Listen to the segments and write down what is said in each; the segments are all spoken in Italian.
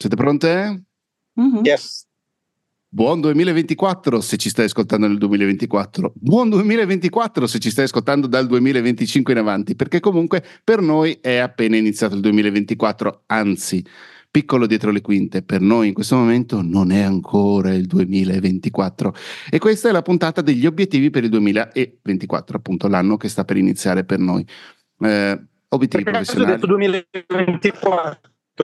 Siete pronte? Yes. Buon 2024 se ci stai ascoltando nel 2024. Buon 2024 se ci stai ascoltando dal 2025 in avanti, perché comunque per noi è appena iniziato il 2024, anzi, piccolo dietro le quinte, per noi in questo momento non è ancora il 2024. E questa è la puntata degli obiettivi per il 2024, appunto l'anno che sta per iniziare per noi. Obiettivi professionali. Ho detto 2024.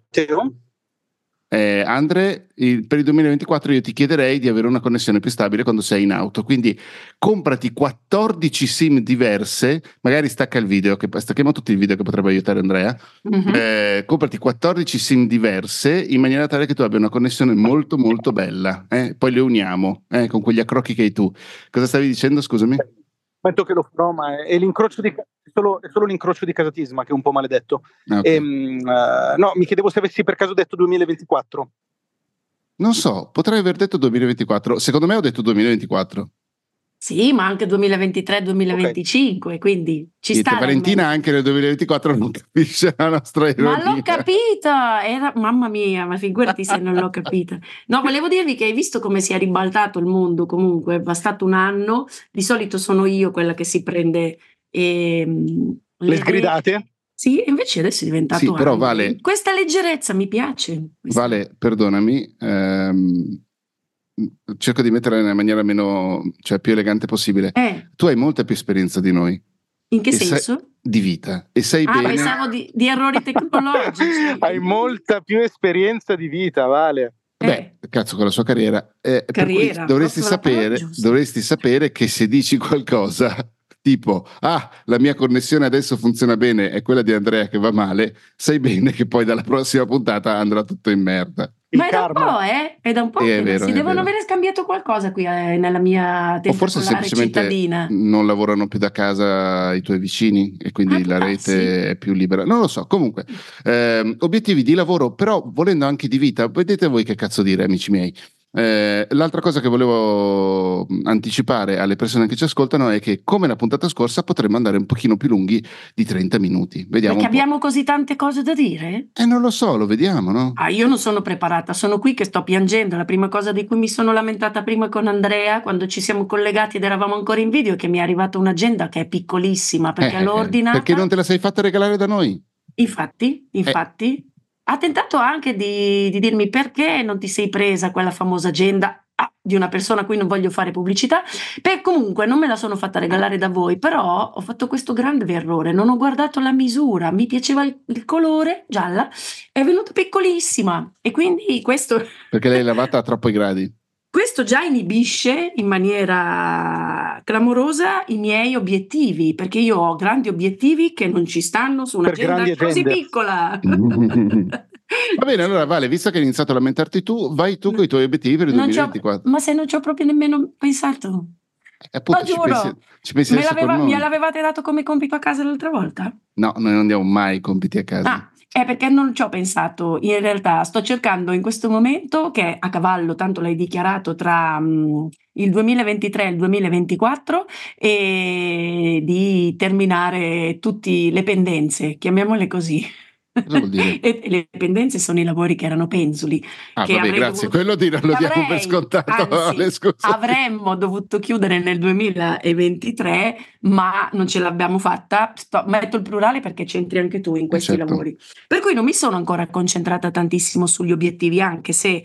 Andre, per il 2024 io ti chiederei di avere una connessione più stabile quando sei in auto, quindi comprati 14 SIM diverse, magari stacca il video, stacchiamo tutti il video che potrebbe aiutare Andrea. Comprati 14 SIM diverse in maniera tale che tu abbia una connessione molto molto bella, poi le uniamo con quegli accrocchi che hai tu. Cosa stavi dicendo, scusami? Penso che lo farò, ma è l'incrocio è solo l'incrocio di Casatisma che è un po' maledetto. Okay. No, mi chiedevo se avessi per caso detto 2024. Non so, potrei aver detto 2024. Secondo me ho detto 2024. Sì, ma anche 2023-2025, okay. Quindi ci sta. Valentina anche nel 2024 non capisce la nostra ironia. Ma l'ho capita! Mamma mia, ma figurati se non l'ho capita. No, volevo dirvi che hai visto come si è ribaltato il mondo comunque, è bastato un anno. Di solito sono io quella che si prende le sgridate. Sì, invece adesso è diventato sì, però Vale, questa leggerezza mi piace. Vale, perdonami, cerco di metterla nella maniera meno, cioè più elegante possibile. Tu hai molta più esperienza di noi. In che senso? Di vita. E sai bene. Pensavo di errori tecnologici. Hai molta più esperienza di vita, Vale. Beh, cazzo, con la sua carriera. Per cui dovresti sapere che se dici qualcosa tipo, la mia connessione adesso funziona bene, è quella di Andrea che va male, sai bene che poi dalla prossima puntata andrà tutto in merda. Ma è da un po' che vero, si devono avere scambiato qualcosa qui nella mia tentacolare o forse semplicemente cittadina. Non lavorano più da casa i tuoi vicini e quindi la rete è più libera. Non lo so, comunque obiettivi di lavoro, però volendo anche di vita, vedete voi che cazzo dire, amici miei. L'altra cosa che volevo anticipare alle persone che ci ascoltano è che, come la puntata scorsa, potremmo andare un pochino più lunghi di 30 minuti. Vediamo. Perché abbiamo così tante cose da dire? Non lo so, lo vediamo, no? Io non sono preparata, sono qui che sto piangendo. La prima cosa di cui mi sono lamentata prima con Andrea, quando ci siamo collegati ed eravamo ancora in video, è che mi è arrivata un'agenda che è piccolissima, perché l'ho ordinata. Perché non te la sei fatta regalare da noi? Infatti. Ha tentato anche di dirmi perché non ti sei presa quella famosa agenda di una persona a cui non voglio fare pubblicità. Comunque non me la sono fatta regalare da voi, però ho fatto questo grande errore, non ho guardato la misura, mi piaceva il colore gialla, è venuta piccolissima e quindi questo... Perché l'hai lavata a troppi gradi. Questo già inibisce in maniera clamorosa i miei obiettivi, perché io ho grandi obiettivi che non ci stanno su un'agenda così piccola. Va bene, allora Vale, visto che hai iniziato a lamentarti tu, vai tu con i tuoi obiettivi per il 2024. Ma se non ci ho proprio nemmeno pensato. Appunto, giuro, ci pensi me l'avevate dato come compito a casa l'altra volta? No, noi non diamo mai compiti a casa. È perché non ci ho pensato. In realtà sto cercando in questo momento, che è a cavallo, tanto l'hai dichiarato, tra il 2023 e il 2024, e di terminare tutte le pendenze, chiamiamole così. Cosa vuol dire? E le pendenze sono i lavori che erano penzuli. Grazie, quello lo diamo per scontato. Anzi, avremmo dovuto chiudere nel 2023, ma non ce l'abbiamo fatta. Metto il plurale perché c'entri anche tu in questi lavori. Per cui non mi sono ancora concentrata tantissimo sugli obiettivi, anche se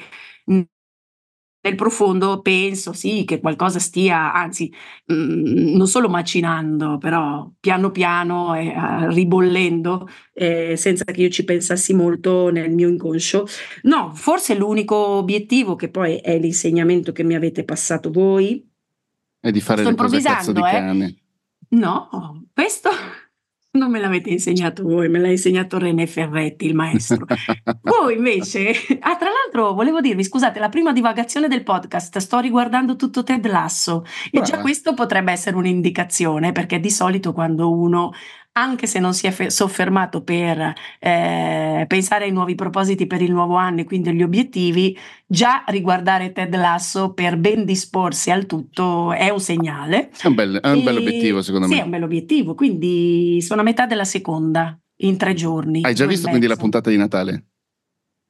nel profondo penso sì che qualcosa stia, anzi non solo macinando, però piano piano ribollendo, senza che io ci pensassi molto nel mio inconscio. No, forse l'unico obiettivo, che poi è l'insegnamento che mi avete passato voi, è di fare le cose a cazzo di cane. No, questo non me l'avete insegnato voi, me l'ha insegnato René Ferretti, il maestro. Voi invece, tra l'altro volevo dirvi, scusate, la prima divagazione del podcast, sto riguardando tutto Ted Lasso e già questo potrebbe essere un'indicazione, perché di solito quando uno, anche se non si è soffermato per pensare ai nuovi propositi per il nuovo anno e quindi agli obiettivi, già riguardare Ted Lasso per ben disporsi al tutto è un segnale. È un bel obiettivo, secondo me. Sì, è un bel obiettivo, quindi sono a metà della seconda, in 3 giorni. Hai già visto quindi la puntata di Natale?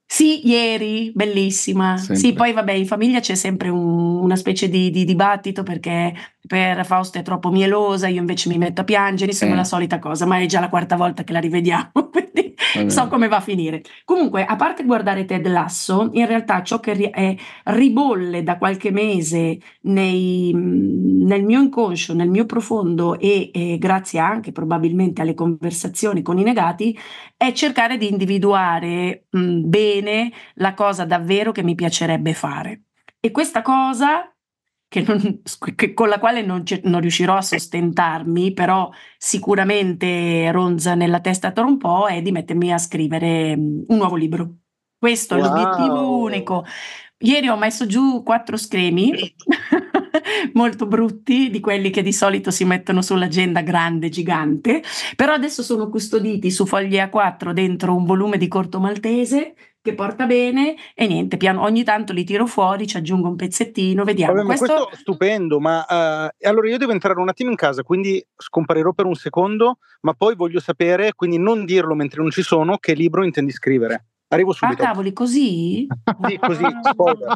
Sì, ieri, bellissima. Sempre. Sì, poi vabbè, in famiglia c'è sempre una specie di dibattito perché per Fausto è troppo mielosa, io invece mi metto a piangere, insomma la solita cosa, ma è già la quarta volta che la rivediamo, quindi so come va a finire. Comunque, a parte guardare Ted Lasso, in realtà ciò che ribolle da qualche mese nel mio inconscio, nel mio profondo e grazie anche probabilmente alle conversazioni con i negati, è cercare di individuare bene la cosa davvero che mi piacerebbe fare. E questa cosa con la quale non riuscirò a sostentarmi, però sicuramente ronza nella testa tra un po', è di mettermi a scrivere un nuovo libro. Questo è l'obiettivo unico. Ieri ho messo giù 4 schemi molto brutti, di quelli che di solito si mettono sull'agenda grande, gigante, però adesso sono custoditi su fogli A4 dentro un volume di corto maltese che porta bene e niente, ogni tanto li tiro fuori, ci aggiungo un pezzettino, vediamo. Vabbè, ma questo è stupendo, ma allora io devo entrare un attimo in casa, quindi scomparirò per un secondo, ma poi voglio sapere, quindi non dirlo mentre non ci sono, che libro intendi scrivere. Arrivo subito. Ah, cavoli, così? Sì, così, spoiler.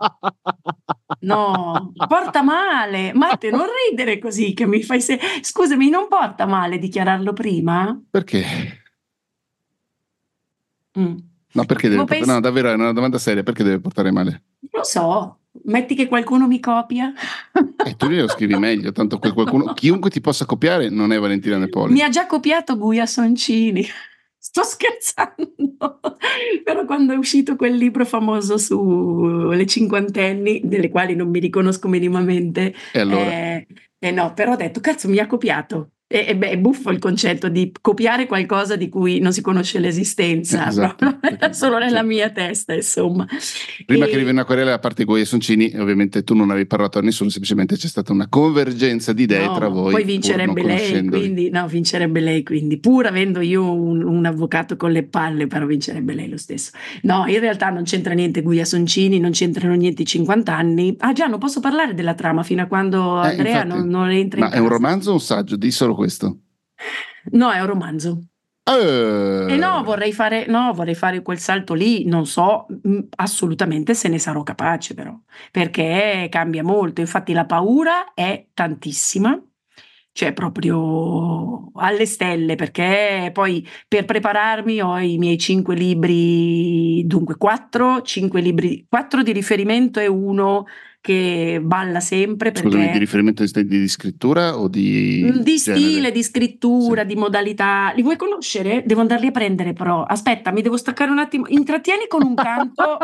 No, porta male. Matte, non ridere così che mi fai Scusami, non porta male dichiararlo prima? Perché? No, perché deve no, davvero è una domanda seria, perché deve portare male? Lo so, metti che qualcuno mi copia. E tu lo scrivi meglio, tanto qualcuno, chiunque ti possa copiare non è Valentina Nepoli. Mi ha già copiato Guia Soncini. Sto scherzando, però quando è uscito quel libro famoso sulle cinquantenni, delle quali non mi riconosco minimamente, e allora? No, però ho detto, cazzo, mi ha copiato. Beh, è buffo il concetto di copiare qualcosa di cui non si conosce l'esistenza, esatto, era solo nella mia testa, insomma. Prima che arrivi una querela da parte di Guia Soncini, ovviamente tu non avevi parlato a nessuno, semplicemente c'è stata una convergenza di idee tra voi. Poi vincerebbe lei, quindi pur avendo io un avvocato con le palle, però vincerebbe lei lo stesso. No, in realtà non c'entra niente Guia Soncini, non c'entrano niente i 50 anni. Ah già, non posso parlare della trama fino a quando Andrea non entra in casa. Ma è un romanzo o un saggio? Di solo questo. No, è un romanzo. E vorrei fare quel salto lì, non so assolutamente se ne sarò capace però, perché cambia molto, infatti la paura è tantissima, cioè proprio alle stelle, perché poi per prepararmi ho i miei 5 libri, dunque 4 di riferimento e uno che balla sempre. Scusami, di riferimento di scrittura o di stile, di scrittura, sì, di modalità. Li vuoi conoscere? Devo andarli a prendere però. Aspetta, mi devo staccare un attimo. Intrattieni con un canto,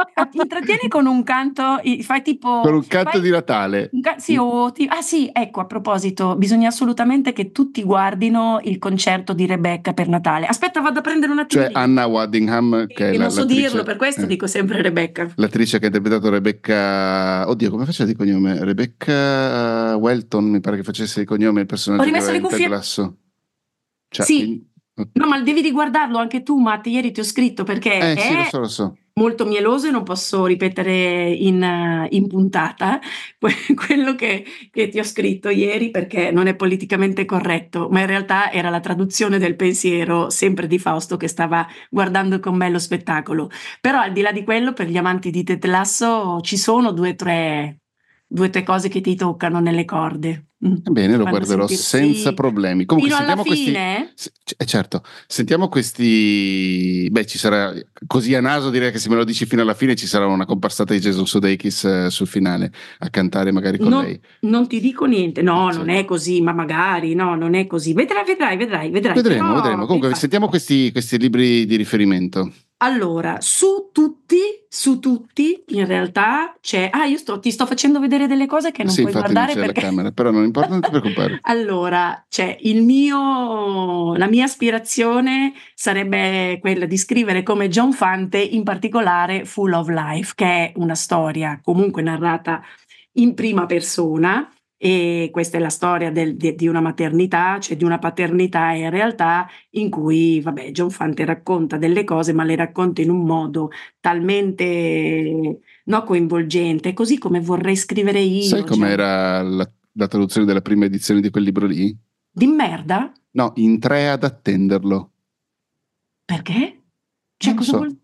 fai tipo... Con un canto di Natale. Sì, sì, ecco, a proposito, bisogna assolutamente che tutti guardino il concerto di Rebecca per Natale. Aspetta, vado a prendere un attimo. Cioè Anna Waddingham, che è non so dirlo, per questo dico sempre Rebecca. L'attrice che ha interpretato Rebecca... Oddio, come faceva di cognome? Rebecca Welton, mi pare che facesse di cognome il personaggio. Ho rimesso le cuffie. Cioè, sì, quindi... no, ma devi riguardarlo anche tu, Matt. Ieri ti ho scritto perché sì, lo so. Molto mieloso e non posso ripetere in puntata quello che ti ho scritto ieri perché non è politicamente corretto, ma in realtà era la traduzione del pensiero sempre di Fausto che stava guardando con me lo spettacolo. Però al di là di quello, per gli amanti di Ted Lasso ci sono due o tre cose che ti toccano nelle corde. Bene, lo guarderò senza problemi. Comunque, fino alla fine? Certo, sentiamo questi. Beh, ci sarà così a naso, direi che se me lo dici fino alla fine ci sarà una comparsata di Jason Sudeikis sul finale a cantare magari con lei. Non ti dico niente, no, non è così, ma magari no, non è così. Vedrai. Vedremo. Comunque, infatti... sentiamo questi libri di riferimento. Allora, su tutti in realtà c'è... io ti sto facendo vedere delle cose che non puoi guardare perché... la camera, però non importa, non ti preoccupare. Allora, c'è la mia aspirazione sarebbe quella di scrivere come John Fante, in particolare Full of Life, che è una storia comunque narrata in prima persona. E questa è la storia di una maternità, cioè di una paternità in realtà in cui, John Fante racconta delle cose, ma le racconta in un modo talmente coinvolgente, così come vorrei scrivere io. Sai com'era la traduzione della prima edizione di quel libro lì? Di merda? No, in 3 ad attenderlo. Perché? Cioè, cosa vuol...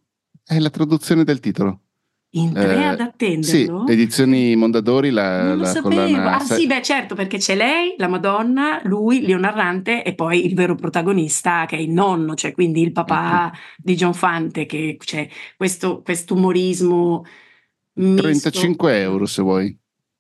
È la traduzione del titolo. In 3 ad attenderlo? Sì, Edizioni Mondadori, Non lo la sapevo. collana. Sì, beh, certo, perché c'è lei, la Madonna, lui, Leo Narrante, e poi il vero protagonista che è il nonno, cioè quindi il papà di John Fante, che c'è questo umorismo misto. 35 euro se vuoi.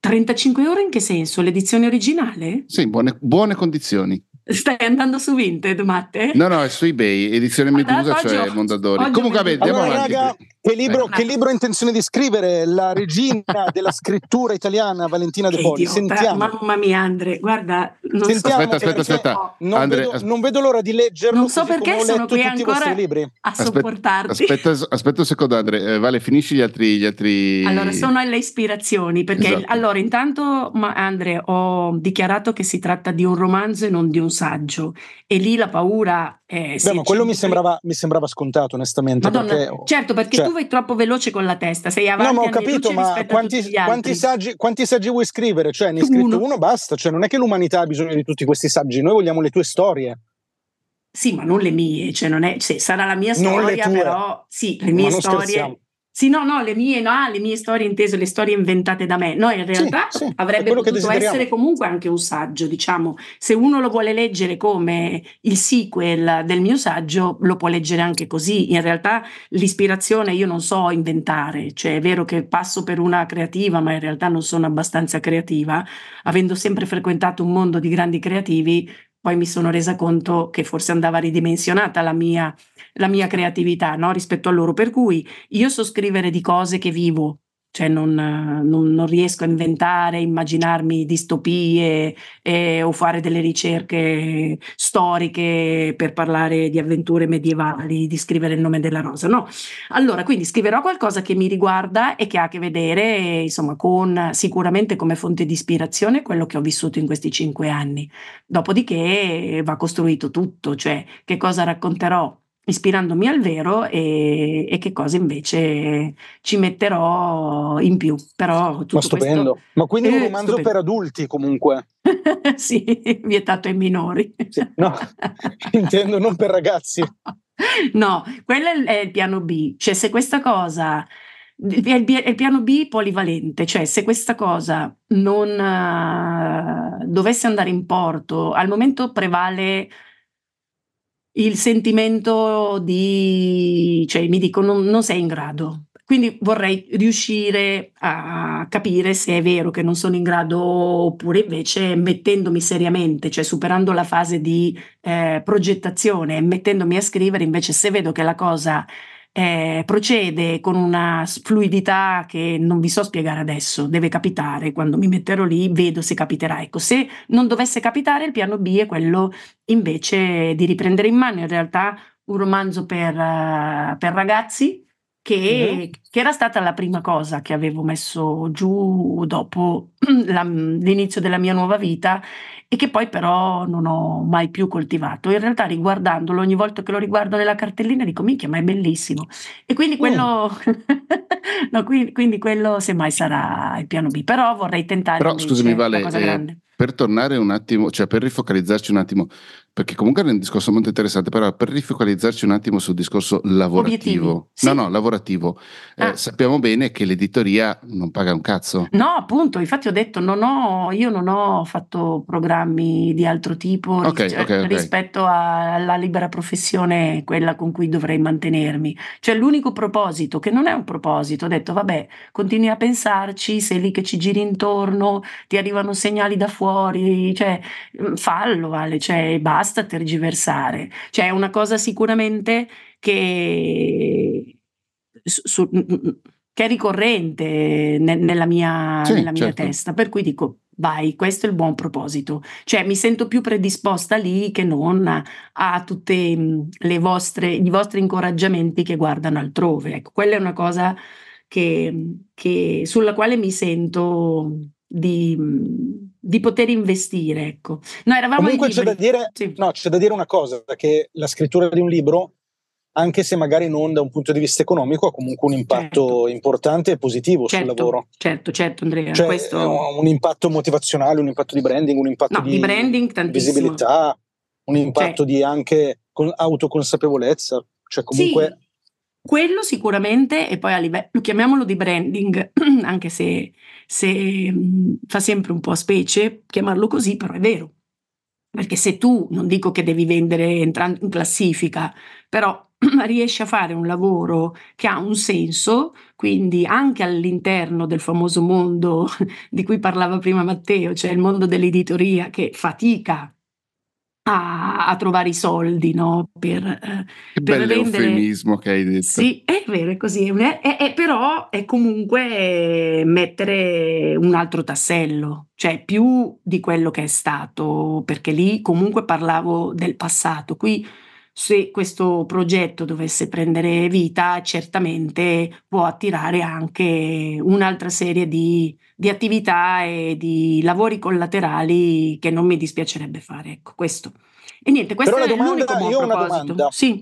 35 euro in che senso? L'edizione originale? Sì, buone condizioni. Stai andando su Vinted, Matte? No, è su eBay, edizione Medusa, cioè Mondadori. Comunque, vabbè, andiamo allora, avanti. raga, che libro ha intenzione di scrivere la regina della scrittura italiana, Valentina De Poli? Idiota. Sentiamo. Mamma mia, Andre, guarda, non Sentiamo, aspetta. Non vedo l'ora di leggerlo. Non so perché come ho sono letto qui tutti i vostri ancora libri. a sopportarti. Aspetta un secondo, Andre. Vale, finisci gli altri. Allora, sono alle ispirazioni, perché Esatto. allora intanto, Andre, ho dichiarato che si tratta di un romanzo e non di un saggio, e lì la paura è... Beh, ma quello mi sembrava scontato, onestamente. Madonna, perché, perché tu vai troppo veloce con la testa, sei avanti. No, ma ho capito, ma quanti saggi vuoi scrivere? Cioè, ne hai scritto uno, basta. Cioè, non è che l'umanità ha bisogno di tutti questi saggi, noi vogliamo le tue storie. Sì, ma non le mie, cioè non è, sarà la mia Non le storia, tue. però sì, le mie storie. Scherziamo. Sì, no, le mie storie inteso, le storie inventate da me. No, in realtà sì, avrebbe potuto essere comunque anche un saggio, diciamo. Se uno lo vuole leggere come il sequel del mio saggio, lo può leggere anche così. In realtà l'ispirazione io non so inventare, cioè è vero che passo per una creativa, ma in realtà non sono abbastanza creativa. Avendo sempre frequentato un mondo di grandi creativi, poi mi sono resa conto che forse andava ridimensionata la mia creatività, no? Rispetto a loro, per cui io so scrivere di cose che vivo, cioè non riesco a inventare, immaginarmi distopie o fare delle ricerche storiche per parlare di avventure medievali, di scrivere il nome della rosa, no. Allora, quindi scriverò qualcosa che mi riguarda e che ha a che vedere, insomma, con sicuramente come fonte di ispirazione quello che ho vissuto in questi 5 anni. Dopodiché va costruito tutto, cioè che cosa racconterò ispirandomi al vero e che cosa invece ci metterò in più. Però tutto stupendo. questo, ma quindi un romanzo per adulti comunque? Sì, vietato ai minori. Sì, no, intendo non per ragazzi. No, quello è il piano B, cioè se questa cosa è il piano B polivalente, cioè se questa cosa non dovesse andare in porto, al momento prevale il sentimento cioè mi dico non sei in grado, quindi vorrei riuscire a capire se è vero che non sono in grado oppure invece mettendomi seriamente, cioè superando la fase di progettazione e mettendomi a scrivere, invece se vedo che la cosa procede con una fluidità che non vi so spiegare adesso, deve capitare, quando mi metterò lì vedo se capiterà. Ecco, se non dovesse capitare, il piano B è quello invece di riprendere in mano in realtà un romanzo per ragazzi che era stata la prima cosa che avevo messo giù dopo l'inizio della mia nuova vita e che poi però non ho mai più coltivato. In realtà riguardandolo, ogni volta che lo riguardo nella cartellina dico minchia, ma è bellissimo. E quindi quello, no, quindi quello semmai sarà il piano B, però vorrei tentare però, invece scusami, una cosa grande. Vale, per tornare un attimo, cioè per rifocalizzarci un attimo, perché comunque è un discorso molto interessante, però per rifocalizzarci un attimo sul discorso lavorativo. Sì. No, lavorativo. Sappiamo bene che l'editoria non paga un cazzo. No, appunto, infatti ho detto io non ho fatto programmi di altro tipo rispetto alla libera professione, quella con cui dovrei mantenermi. Cioè l'unico proposito, che non è un proposito, ho detto vabbè, continui a pensarci, sei lì che ci giri intorno, ti arrivano segnali da fuori, cioè fallo, Vale, cioè basta tergiversare. Cioè è una cosa sicuramente che è ricorrente nella mia testa, per cui dico vai, questo è il buon proposito, cioè mi sento più predisposta lì che non a tutte i vostri incoraggiamenti che guardano altrove. Ecco, quella è una cosa sulla quale mi sento di poter investire, ecco. No, eravamo comunque c'è da dire, sì. No, c'è da dire una cosa, che la scrittura di un libro, anche se magari non da un punto di vista economico, ha comunque un impatto importante e positivo sul lavoro. Certo, Andrea. Cioè, questo... un impatto motivazionale, un impatto di branding, un impatto di branding, visibilità, un impatto di anche autoconsapevolezza. Cioè, comunque Quello sicuramente, e poi a livello, chiamiamolo di branding, anche se fa sempre un po' specie chiamarlo così, però è vero. Perché se tu, non dico che devi vendere entrando in classifica, però riesci a fare un lavoro che ha un senso, quindi anche all'interno del famoso mondo di cui parlava prima Matteo, cioè il mondo dell'editoria che fatica a trovare i soldi, no? Che Per rendere. bell'eufemismo che hai detto. Sì, è vero, è così, però è comunque mettere un altro tassello, cioè più di quello che è stato, perché lì comunque parlavo del passato. Qui, se questo progetto dovesse prendere vita, certamente può attirare anche un'altra serie di attività e di lavori collaterali che non mi dispiacerebbe fare. Ecco, questo. E niente, questo Però la è l'unico domanda, buon io ho una proposito. domanda. Sì.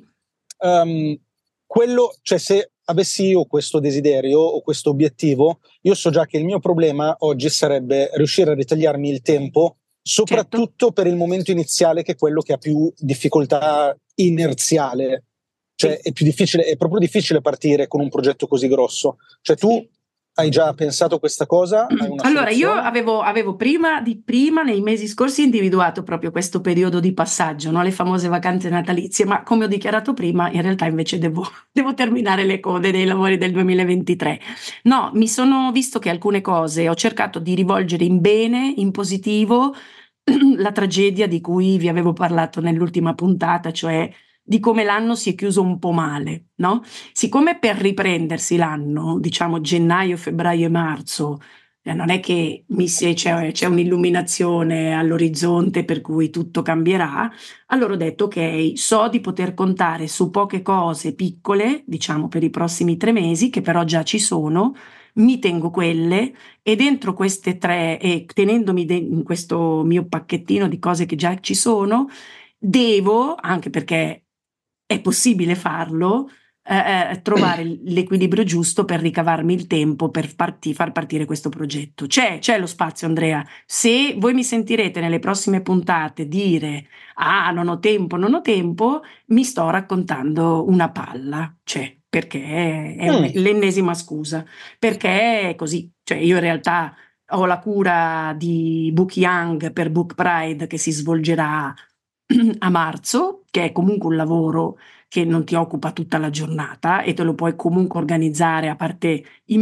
Cioè, se avessi io questo desiderio o questo obiettivo, io so già che il mio problema oggi sarebbe riuscire a ritagliarmi il tempo, soprattutto per il momento iniziale, che è quello che ha più difficoltà inerziale. Cioè, Sì. è proprio difficile partire con un progetto così grosso. Cioè, tu hai già pensato a questa cosa? Hai una Allora, io soluzione? avevo prima, nei mesi scorsi, individuato proprio questo periodo di passaggio, no? Le famose vacanze natalizie, ma come ho dichiarato prima, in realtà invece devo terminare le code dei lavori del 2023. No, mi sono visto che alcune cose ho cercato di rivolgere in bene, in positivo, la tragedia di cui vi avevo parlato nell'ultima puntata, cioè di come l'anno si è chiuso un po' male, no? Siccome per riprendersi l'anno, diciamo gennaio, febbraio e marzo, non è che c'è un'illuminazione all'orizzonte per cui tutto cambierà, allora ho detto ok, so di poter contare su poche cose piccole, diciamo per i prossimi 3 mesi, che però già ci sono, mi tengo quelle e dentro queste 3 e tenendomi in questo mio pacchettino di cose che già ci sono, devo, anche perché è possibile farlo, trovare l'equilibrio giusto per ricavarmi il tempo per far partire questo progetto. C'è lo spazio, Andrea. Se voi mi sentirete nelle prossime puntate dire ah, non ho tempo, non ho tempo, mi sto raccontando una palla, cioè, perché è l'ennesima scusa, perché è così. Cioè, io in realtà ho la cura di Book Young per Book Pride che si svolgerà a marzo, che è comunque un lavoro che non ti occupa tutta la giornata e te lo puoi comunque organizzare, a parte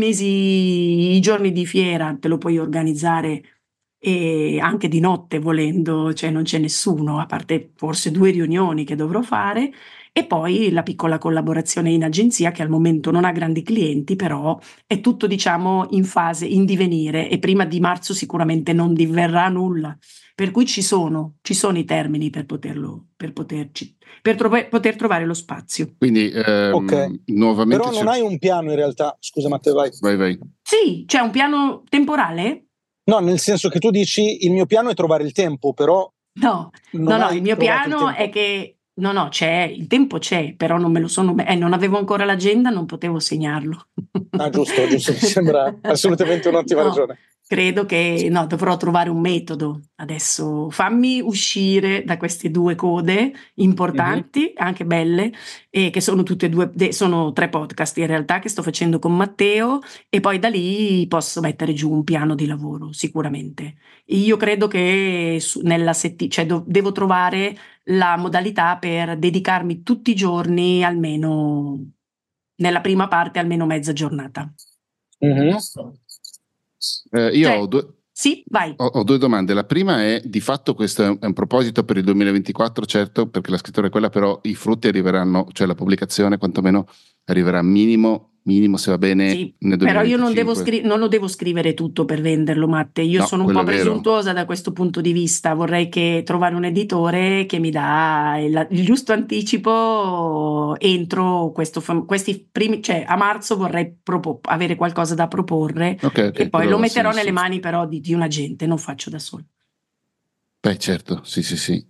i giorni di fiera, te lo puoi organizzare e anche di notte volendo, cioè non c'è nessuno, a parte forse 2 riunioni che dovrò fare, e poi la piccola collaborazione in agenzia che al momento non ha grandi clienti, però è tutto diciamo in fase, in divenire e prima di marzo sicuramente non diverrà nulla. Per cui ci sono i termini per poter trovare lo spazio. Quindi Ok, nuovamente però non hai un piano in realtà. Scusa Matteo, vai. Vai. Sì, c'è un piano temporale? No, nel senso che tu dici il mio piano è trovare il tempo, però No, non il hai mio trovato il piano tempo. è che no, il tempo c'è, però non me lo sono, non avevo ancora l'agenda, non potevo segnarlo. Ah, giusto, mi sembra assolutamente un'ottima No, ragione. credo che no, dovrò trovare un metodo adesso. Fammi uscire da queste 2 code importanti, anche belle, e che sono tutte e due, sono 3 podcast in realtà che sto facendo con Matteo, e poi da lì posso mettere giù un piano di lavoro, sicuramente. Io credo che nella cioè devo trovare la modalità per dedicarmi tutti i giorni, almeno nella prima parte, almeno mezza giornata. Mhm. Io Cioè, sì, vai. ho 2 domande. La prima è, di fatto questo è un proposito per il 2024, certo, perché la scrittura è quella, però i frutti arriveranno, cioè la pubblicazione quantomeno arriverà minimo se va bene Sì, nel però io non 2025. non lo devo scrivere tutto per venderlo, Matte. Io No, sono un quello po' è vero. presuntuosa da questo punto di vista. Vorrei che trovare un editore che mi dà il giusto anticipo entro questi primi, cioè a marzo vorrei avere qualcosa da proporre Ok, e poi quello lo ha metterò nelle senso. mani però di un agente, non faccio da solo. Beh, certo, sì.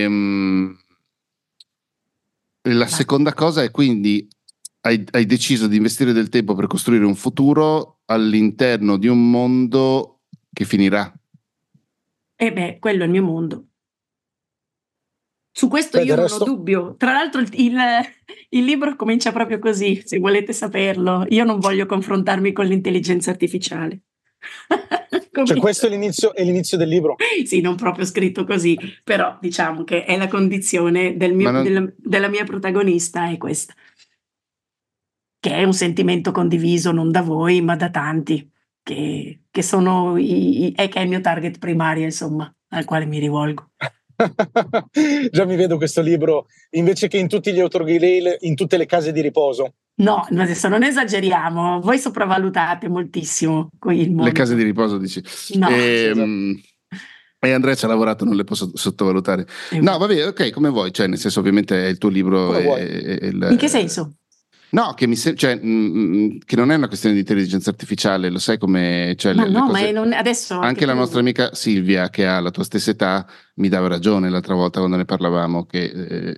E la Vai. seconda cosa è quindi hai deciso di investire del tempo per costruire un futuro all'interno di un mondo che finirà. E beh, quello è il mio mondo. Su questo io non ho dubbio. Tra l'altro il libro comincia proprio così, se volete saperlo. Io non voglio confrontarmi con l'intelligenza artificiale. Cioè questo è l'inizio del libro? Sì, non proprio scritto così, però diciamo che è la condizione della mia protagonista, è questa. Che è un sentimento condiviso non da voi, ma da tanti, che sono che è il mio target primario, insomma, al quale mi rivolgo. Già mi vedo questo libro invece che in tutti gli autogrill, in tutte le case di riposo. No, adesso non esageriamo, voi sopravvalutate moltissimo il mondo. Le case di riposo, dici? No. E Andrea ci ha lavorato, non le posso sottovalutare. No, vabbè, ok, come vuoi, cioè nel senso ovviamente è il tuo libro. In che senso? No, che che non è una questione di intelligenza artificiale, lo sai come... Cioè, ma no, cose, ma adesso... Anche la nostra amica Silvia, che ha la tua stessa età, mi dava ragione l'altra volta quando ne parlavamo, che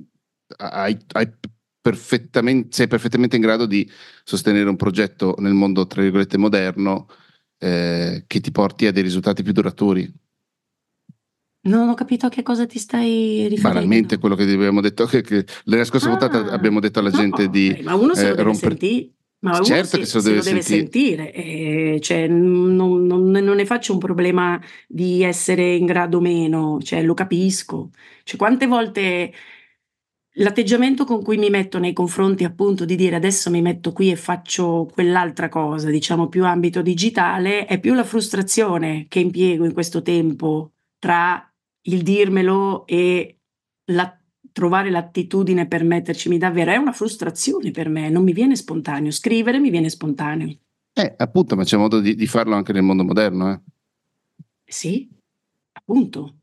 sei perfettamente in grado di sostenere un progetto nel mondo, tra virgolette, moderno, che ti porti a dei risultati più duraturi. Non ho capito a che cosa ti stai riferendo. Banalmente quello che abbiamo detto, che la scorsa puntata abbiamo detto alla gente di ma uno se lo deve sentire. Ma certo uno che se lo deve sentire. Cioè, non ne faccio un problema di essere in grado o meno, cioè, lo capisco. Cioè, quante volte l'atteggiamento con cui mi metto nei confronti appunto di dire adesso mi metto qui e faccio quell'altra cosa, diciamo più ambito digitale, è più la frustrazione che impiego in questo tempo tra il dirmelo e trovare l'attitudine per mettercimi davvero. È una frustrazione per me, non mi viene spontaneo. Scrivere mi viene spontaneo. Appunto, ma c'è modo di farlo anche nel mondo moderno, Sì, appunto,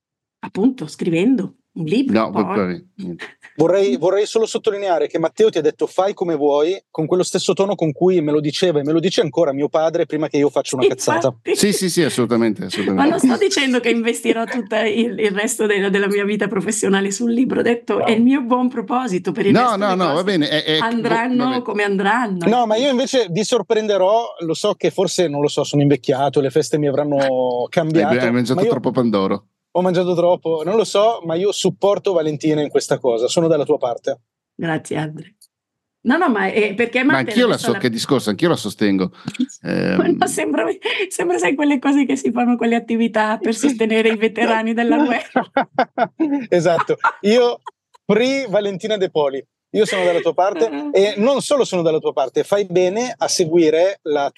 scrivendo un libro. No, vorrei solo sottolineare che Matteo ti ha detto fai come vuoi, con quello stesso tono con cui me lo diceva e me lo dice ancora mio padre prima che io faccia una cazzata. Sì, assolutamente. Ma non sto dicendo che investirò tutto il resto della mia vita professionale sul libro, ho detto è il mio buon proposito per il resto delle cose. Va bene. Andranno come andranno. No, ma io invece vi sorprenderò, lo so che forse, non lo so, sono invecchiato, le feste mi avranno cambiato. Hai mangiato troppo pandoro. Ho mangiato troppo, non lo so, ma io supporto Valentina in questa cosa, sono dalla tua parte. Grazie Andre. No, ma perché ma anch'io che discorso, anch'io la sostengo. No, sembra sai quelle cose che si fanno con le attività per sostenere i veterani della guerra. Esatto, io Valentina De Poli. Io sono dalla tua parte e non solo sono dalla tua parte, fai bene a seguire il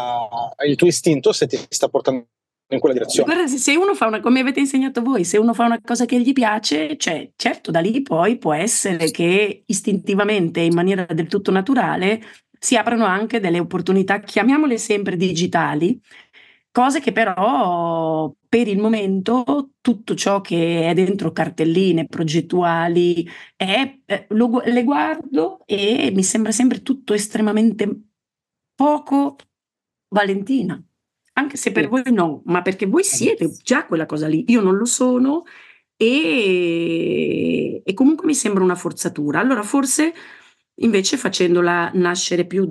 tuo istinto se ti sta portando in quella direzione. Guarda, se uno fa come avete insegnato voi, se uno fa una cosa che gli piace, cioè certo da lì poi può essere che istintivamente, in maniera del tutto naturale, si aprano anche delle opportunità, chiamiamole sempre digitali, cose che però per il momento tutto ciò che è dentro cartelline progettuali le guardo e mi sembra sempre tutto estremamente poco Valentina. Anche se per voi no, ma perché voi siete già quella cosa lì, io non lo sono e comunque mi sembra una forzatura. Allora forse invece facendola nascere più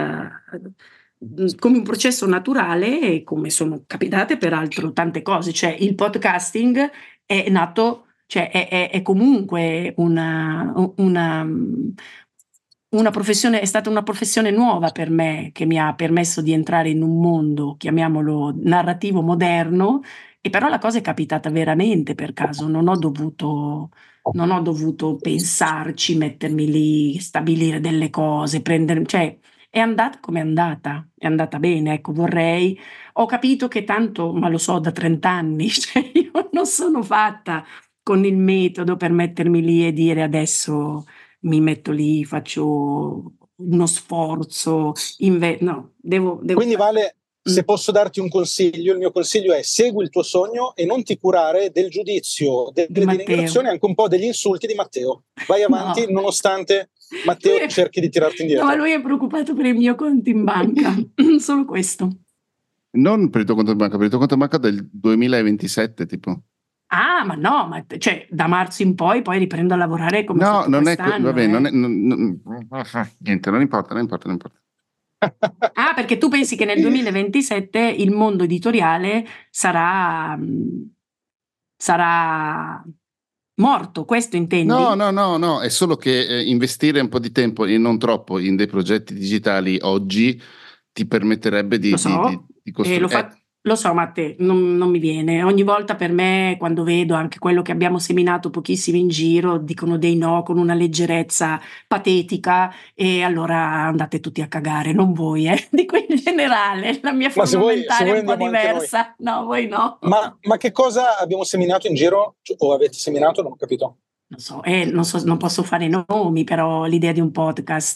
come un processo naturale, come sono capitate peraltro tante cose, cioè il podcasting è nato, cioè è comunque una professione, è stata una professione nuova per me che mi ha permesso di entrare in un mondo, chiamiamolo narrativo moderno, e però la cosa è capitata veramente per caso, non ho dovuto pensarci, mettermi lì, stabilire delle cose, cioè è andata come è andata bene, ecco, ho capito che tanto, ma lo so da 30 anni, cioè io non sono fatta con il metodo per mettermi lì e dire adesso mi metto lì, faccio uno sforzo, no, devo Quindi Vale, se posso darti un consiglio, il mio consiglio è segui il tuo sogno e non ti curare del giudizio, delle denigrazioni, anche un po' degli insulti di Matteo. Vai avanti, nonostante Matteo cerchi di tirarti indietro. No, ma lui è preoccupato per il mio conto in banca, solo questo. Non per il tuo conto in banca, per il tuo conto in banca del 2027 tipo. Ah, ma no, cioè da marzo in poi riprendo a lavorare come no, non è vabbè, niente, non importa. Ah, perché tu pensi che nel 2027 il mondo editoriale sarà morto, questo intendi? No, è solo che investire un po' di tempo e non troppo in dei progetti digitali oggi ti permetterebbe Lo so, di costruire. lo so, ma a te non mi viene. Ogni volta per me, quando vedo anche quello che abbiamo seminato pochissimi in giro, dicono dei no con una leggerezza patetica e allora andate tutti a cagare, non voi, dico in generale, la mia Ma forma mentale è un po' andiamo anche noi. diversa. No, voi no. Ma che cosa abbiamo seminato in giro? O avete seminato? Non ho capito. Non posso fare nomi, però l'idea di un podcast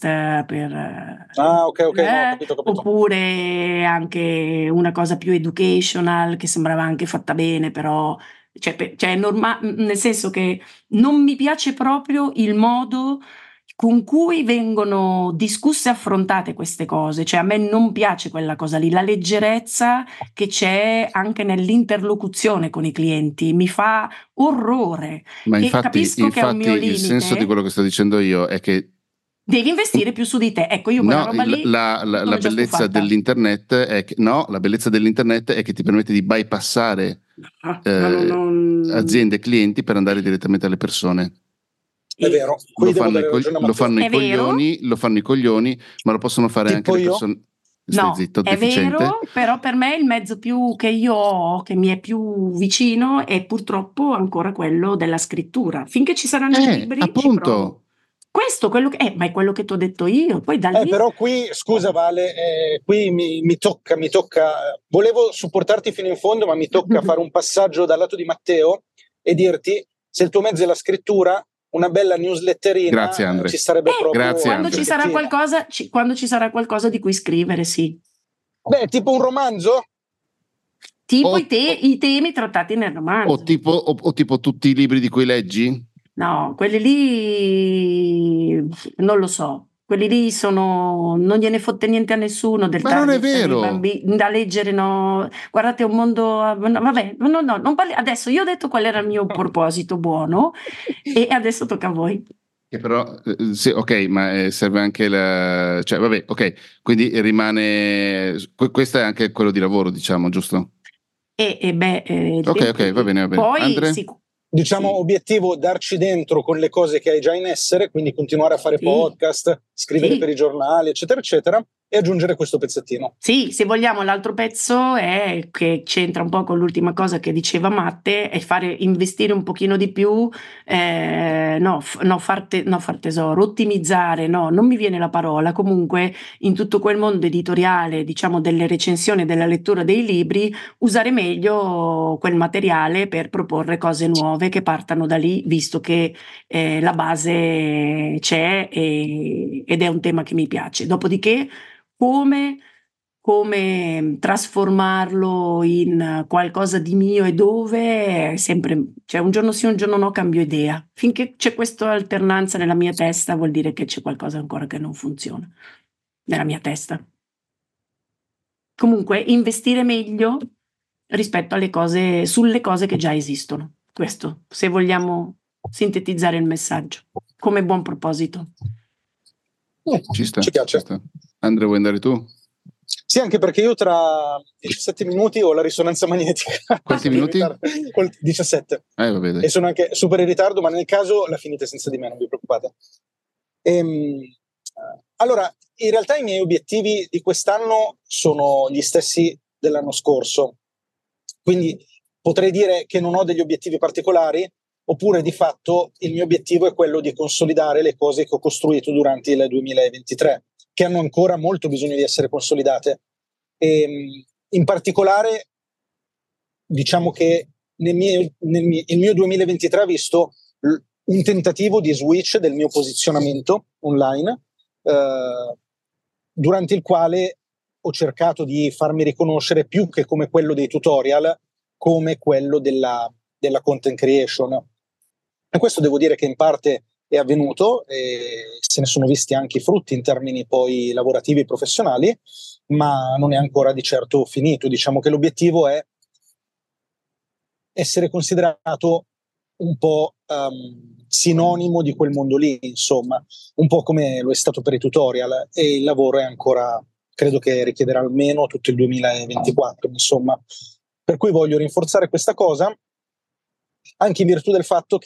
ok, no, capito. oppure anche una cosa più educational che sembrava anche fatta bene, però cioè è nel senso che non mi piace proprio il modo con cui vengono discusse e affrontate queste cose, cioè a me non piace quella cosa lì, la leggerezza che c'è anche nell'interlocuzione con i clienti, mi fa orrore. Ma E capisco che è un mio il senso di limite. quello che sto dicendo io è che Devi investire più su di te. Ecco, io quella roba lì la bellezza dell'internet è che, la bellezza dell'internet è che ti permette di bypassare aziende e clienti per andare direttamente alle persone. È vero, lo fanno i coglioni, ma lo possono fare tipo anche le persone. No, zitto, è deficiente. Vero, però per me il mezzo più che io ho, che mi è più vicino, è purtroppo ancora quello della scrittura. Finché ci saranno i libri, appunto. Questo quello che ma è quello che ti ho detto io. Poi da lì... Però qui, scusa Vale, qui mi tocca. Volevo supportarti fino in fondo, ma mi tocca fare un passaggio dal lato di Matteo e dirti: se il tuo mezzo è la scrittura, una bella newsletterina. Grazie, Andre. Ci sarebbe proprio. Grazie, quando ci sarà qualcosa di cui scrivere, sì. Beh, tipo un romanzo? Tipo i temi trattati nel romanzo. O tipo tutti i libri di cui leggi? No, quelli lì non lo so. Quelli lì non gliene fotte niente a nessuno del Ma non è vero. bambini da leggere, no. Guardate, è un mondo. Vabbè, no, non parli. Adesso io ho detto qual era il mio proposito buono e adesso tocca a voi. Che però, sì, ok, ma serve anche cioè, vabbè, ok, quindi rimane. Questo è anche quello di lavoro, diciamo, giusto? Ok, va bene. Poi diciamo obiettivo darci dentro con le cose che hai già in essere, quindi continuare a fare podcast, scrivere per i giornali, eccetera eccetera, e aggiungere questo pezzettino. Sì, se vogliamo l'altro pezzo è che c'entra un po' con l'ultima cosa che diceva Matte, è investire un pochino di più, far tesoro, ottimizzare, non mi viene la parola, comunque in tutto quel mondo editoriale, diciamo delle recensioni, della lettura dei libri, usare meglio quel materiale per proporre cose nuove che partano da lì, visto che la base c'è ed è un tema che mi piace. Dopodiché come trasformarlo in qualcosa di mio e dove sempre, cioè un giorno sì, un giorno no, cambio idea. Finché c'è questa alternanza nella mia testa vuol dire che c'è qualcosa ancora che non funziona nella mia testa. Comunque investire meglio rispetto sulle cose che già esistono. Questo, se vogliamo sintetizzare il messaggio, come buon proposito. Ci sta. Ci sta. Andrea, vuoi andare tu? Sì, anche perché io tra 17 minuti ho la risonanza magnetica. Quanti minuti? 17. Vabbè, e sono anche super in ritardo, ma nel caso la finite senza di me, non vi preoccupate. Allora, in realtà i miei obiettivi di quest'anno sono gli stessi dell'anno scorso. Quindi potrei dire che non ho degli obiettivi particolari, oppure di fatto il mio obiettivo è quello di consolidare le cose che ho costruito durante il 2023, che hanno ancora molto bisogno di essere consolidate. E, in particolare, diciamo che il mio 2023 ha visto un tentativo di switch del mio posizionamento online, durante il quale ho cercato di farmi riconoscere più che come quello dei tutorial, come quello della content creation. E questo devo dire che in parte è avvenuto e se ne sono visti anche i frutti in termini poi lavorativi e professionali, ma non è ancora di certo finito. Diciamo che l'obiettivo è essere considerato un po' sinonimo di quel mondo lì, insomma, un po' come lo è stato per i tutorial, e il lavoro è ancora, credo che richiederà almeno tutto il 2024, insomma. Per cui voglio rinforzare questa cosa, anche in virtù del fatto che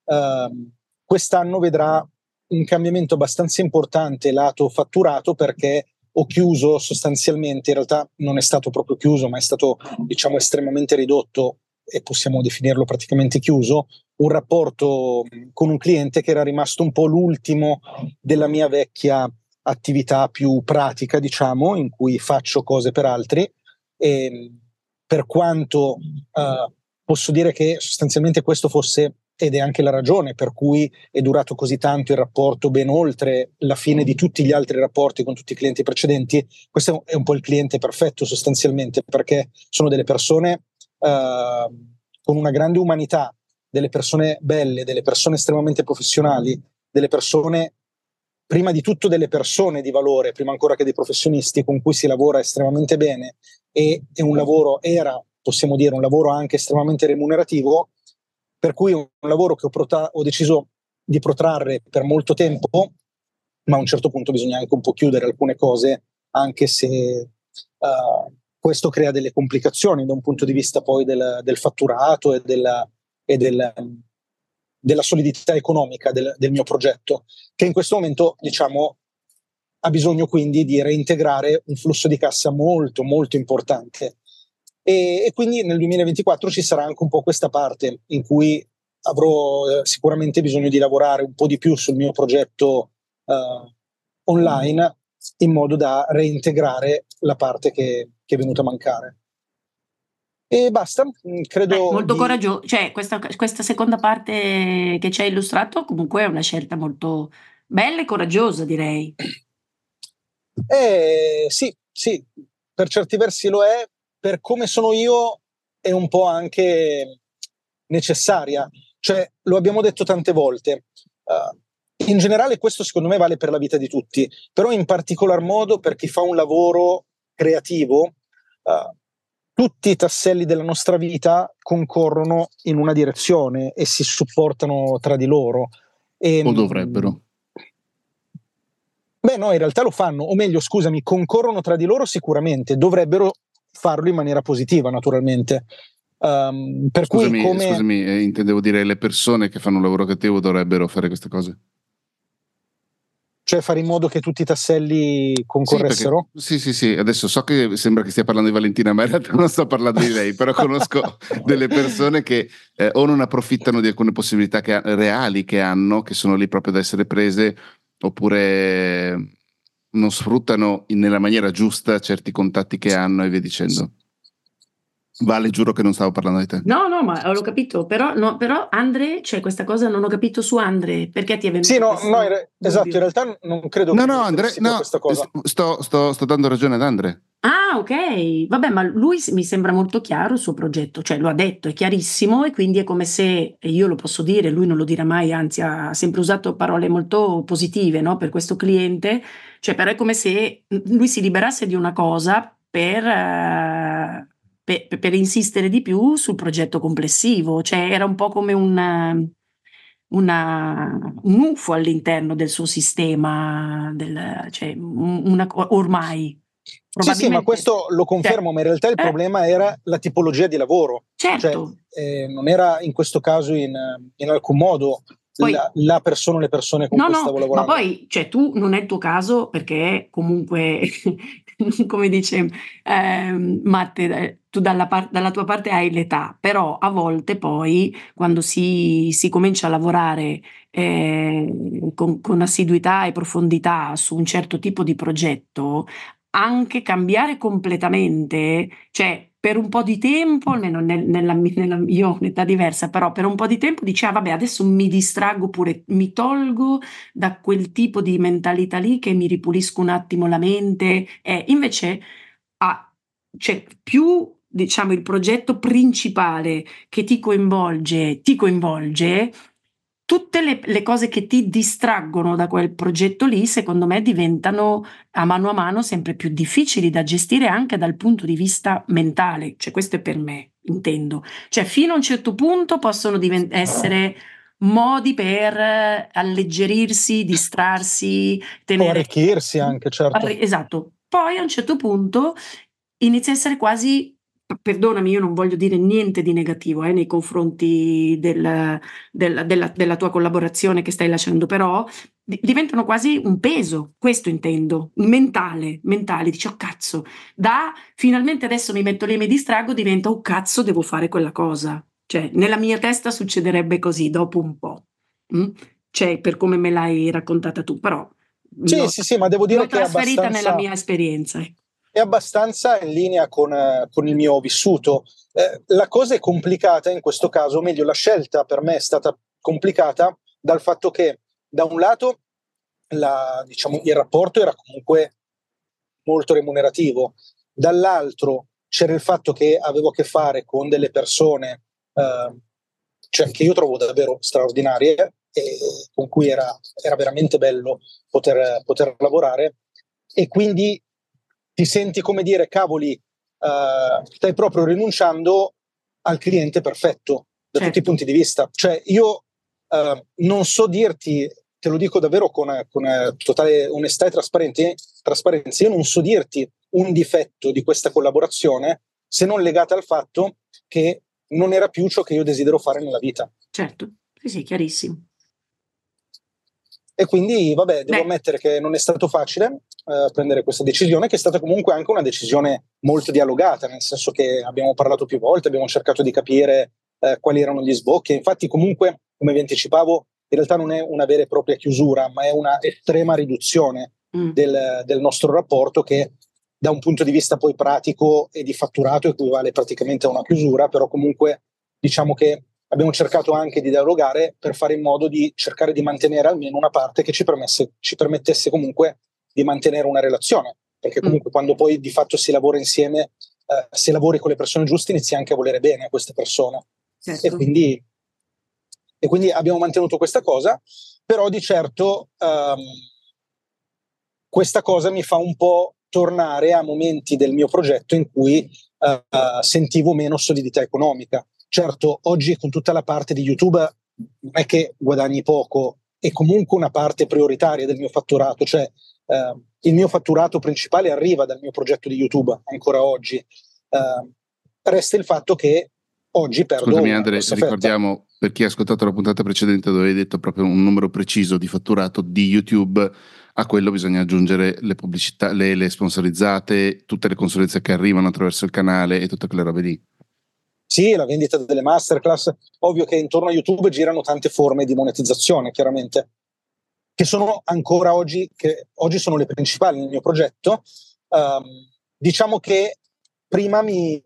quest'anno vedrà un cambiamento abbastanza importante lato fatturato, perché ho chiuso sostanzialmente, in realtà non è stato proprio chiuso, ma è stato, diciamo, estremamente ridotto, e possiamo definirlo praticamente chiuso, un rapporto con un cliente che era rimasto un po' l'ultimo della mia vecchia attività più pratica, diciamo, in cui faccio cose per altri, e per quanto posso dire che sostanzialmente questo fosse, ed è anche la ragione per cui è durato così tanto il rapporto, ben oltre la fine di tutti gli altri rapporti con tutti i clienti precedenti. Questo è un po' il cliente perfetto sostanzialmente, perché sono delle persone con una grande umanità, delle persone belle, delle persone estremamente professionali, delle persone, prima di tutto delle persone di valore, prima ancora che dei professionisti, con cui si lavora estremamente bene, e un lavoro possiamo dire, un lavoro anche estremamente remunerativo, per cui un lavoro che ho deciso di protrarre per molto tempo, ma a un certo punto bisogna anche un po' chiudere alcune cose, anche se questo crea delle complicazioni da un punto di vista poi del fatturato e della solidità economica del mio progetto, che in questo momento, diciamo, ha bisogno quindi di reintegrare un flusso di cassa molto molto importante. E quindi nel 2024 ci sarà anche un po' questa parte in cui avrò sicuramente bisogno di lavorare un po' di più sul mio progetto online, in modo da reintegrare la parte che è venuta a mancare. E basta, credo. Molto coraggioso, cioè questa seconda parte che ci hai illustrato comunque è una scelta molto bella e coraggiosa, direi. Sì, per certi versi lo è. Per come sono io è un po' anche necessaria, cioè lo abbiamo detto tante volte, in generale questo secondo me vale per la vita di tutti, però in particolar modo per chi fa un lavoro creativo, tutti i tasselli della nostra vita concorrono in una direzione e si supportano tra di loro. O dovrebbero. Beh no, in realtà lo fanno, o meglio, scusami, concorrono tra di loro sicuramente, dovrebbero farlo in maniera positiva, naturalmente. Scusami, intendevo dire le persone che fanno un lavoro creativo dovrebbero fare queste cose. Cioè fare in modo che tutti i tasselli concorressero? Sì, adesso so che sembra che stia parlando di Valentina, ma in realtà non sto parlando di lei, però conosco delle persone che o non approfittano di alcune possibilità reali che hanno, che sono lì proprio da essere prese, oppure non sfruttano nella maniera giusta certi contatti che hanno e via dicendo. Vale, giuro che non stavo parlando di te. No, ma l'ho capito, però Andre, cioè questa cosa non ho capito su Andre, perché ti è venuto? Sì, esatto, in realtà non credo che Andre, questa cosa. Sto dando ragione ad Andre. Ah, ok, vabbè, ma lui mi sembra molto chiaro il suo progetto, cioè lo ha detto, è chiarissimo, e quindi è come se, e io lo posso dire, lui non lo dirà mai, anzi ha sempre usato parole molto positive, no, per questo cliente, cioè però è come se lui si liberasse di una cosa per insistere di più sul progetto complessivo, cioè era un po' come un UFO all'interno del suo sistema, cioè ormai. Sì, ma questo lo confermo, ma in realtà il problema era la tipologia di lavoro. Certo. Cioè, non era in questo caso in alcun modo poi, la persona, le persone con cui stavo lavorando. Ma poi, cioè, tu non è il tuo caso, perché comunque, come dice Matte, tu dalla tua parte hai l'età, però a volte poi quando si comincia a lavorare con assiduità e profondità su un certo tipo di progetto, anche cambiare completamente, cioè per un po' di tempo, almeno io ho un'età diversa, però per un po' di tempo dici, vabbè, adesso mi distraggo pure, mi tolgo da quel tipo di mentalità lì, che mi ripulisco un attimo la mente, invece cioè, più diciamo il progetto principale che ti coinvolge, tutte le cose che ti distraggono da quel progetto lì, secondo me, diventano a mano sempre più difficili da gestire anche dal punto di vista mentale. Cioè, questo è per me, intendo. Cioè, fino a un certo punto possono essere modi per alleggerirsi, distrarsi, o arricchirsi anche, certo. Esatto. Poi a un certo punto inizia a essere quasi perdonami, io non voglio dire niente di negativo nei confronti della tua collaborazione che stai lasciando, però diventano quasi un peso, questo intendo, mentale, dici, oh cazzo, finalmente adesso mi metto lì e mi distraggo, diventa, oh cazzo, devo fare quella cosa. Cioè, nella mia testa succederebbe così, dopo un po'. Cioè, per come me l'hai raccontata tu, però sì, ma devo dire l'ho che trasferita nella mia esperienza. È abbastanza in linea con il mio vissuto. La cosa è complicata in questo caso, o meglio, la scelta per me è stata complicata dal fatto che, da un lato, diciamo, il rapporto era comunque molto remunerativo, dall'altro c'era il fatto che avevo a che fare con delle persone cioè, che io trovo davvero straordinarie e con cui era veramente bello poter lavorare, e quindi ti senti come dire, cavoli, stai proprio rinunciando al cliente perfetto da tutti i punti di vista. Cioè, io non so dirti, te lo dico davvero con totale onestà e trasparenza, io non so dirti un difetto di questa collaborazione se non legata al fatto che non era più ciò che io desidero fare nella vita. Certo, sì, chiarissimo. E quindi, vabbè, devo ammettere che non è stato facile prendere questa decisione, che è stata comunque anche una decisione molto dialogata, nel senso che abbiamo parlato più volte, abbiamo cercato di capire quali erano gli sbocchi. Infatti, comunque, come vi anticipavo, in realtà non è una vera e propria chiusura, ma è una estrema riduzione del nostro rapporto, che da un punto di vista poi pratico e di fatturato equivale praticamente a una chiusura, però comunque diciamo che abbiamo cercato anche di dialogare per fare in modo di cercare di mantenere almeno una parte che ci permettesse comunque di mantenere una relazione, perché comunque quando poi di fatto si lavora insieme, se lavori con le persone giuste, inizi anche a volere bene a queste persone. Certo. E quindi abbiamo mantenuto questa cosa, però di certo questa cosa mi fa un po' tornare a momenti del mio progetto in cui sentivo meno solidità economica. Certo, oggi con tutta la parte di YouTube non è che guadagni poco, è comunque una parte prioritaria del mio fatturato, cioè il mio fatturato principale arriva dal mio progetto di YouTube ancora oggi. Resta il fatto che oggi perdo. Scusami Andre, ricordiamo per chi ha ascoltato la puntata precedente dove hai detto proprio un numero preciso di fatturato di YouTube, a quello bisogna aggiungere le pubblicità, le sponsorizzate, tutte le consulenze che arrivano attraverso il canale e tutte quelle robe lì. Sì, la vendita delle masterclass. Ovvio che intorno a YouTube girano tante forme di monetizzazione, chiaramente, che sono ancora oggi sono le principali nel mio progetto. Diciamo che prima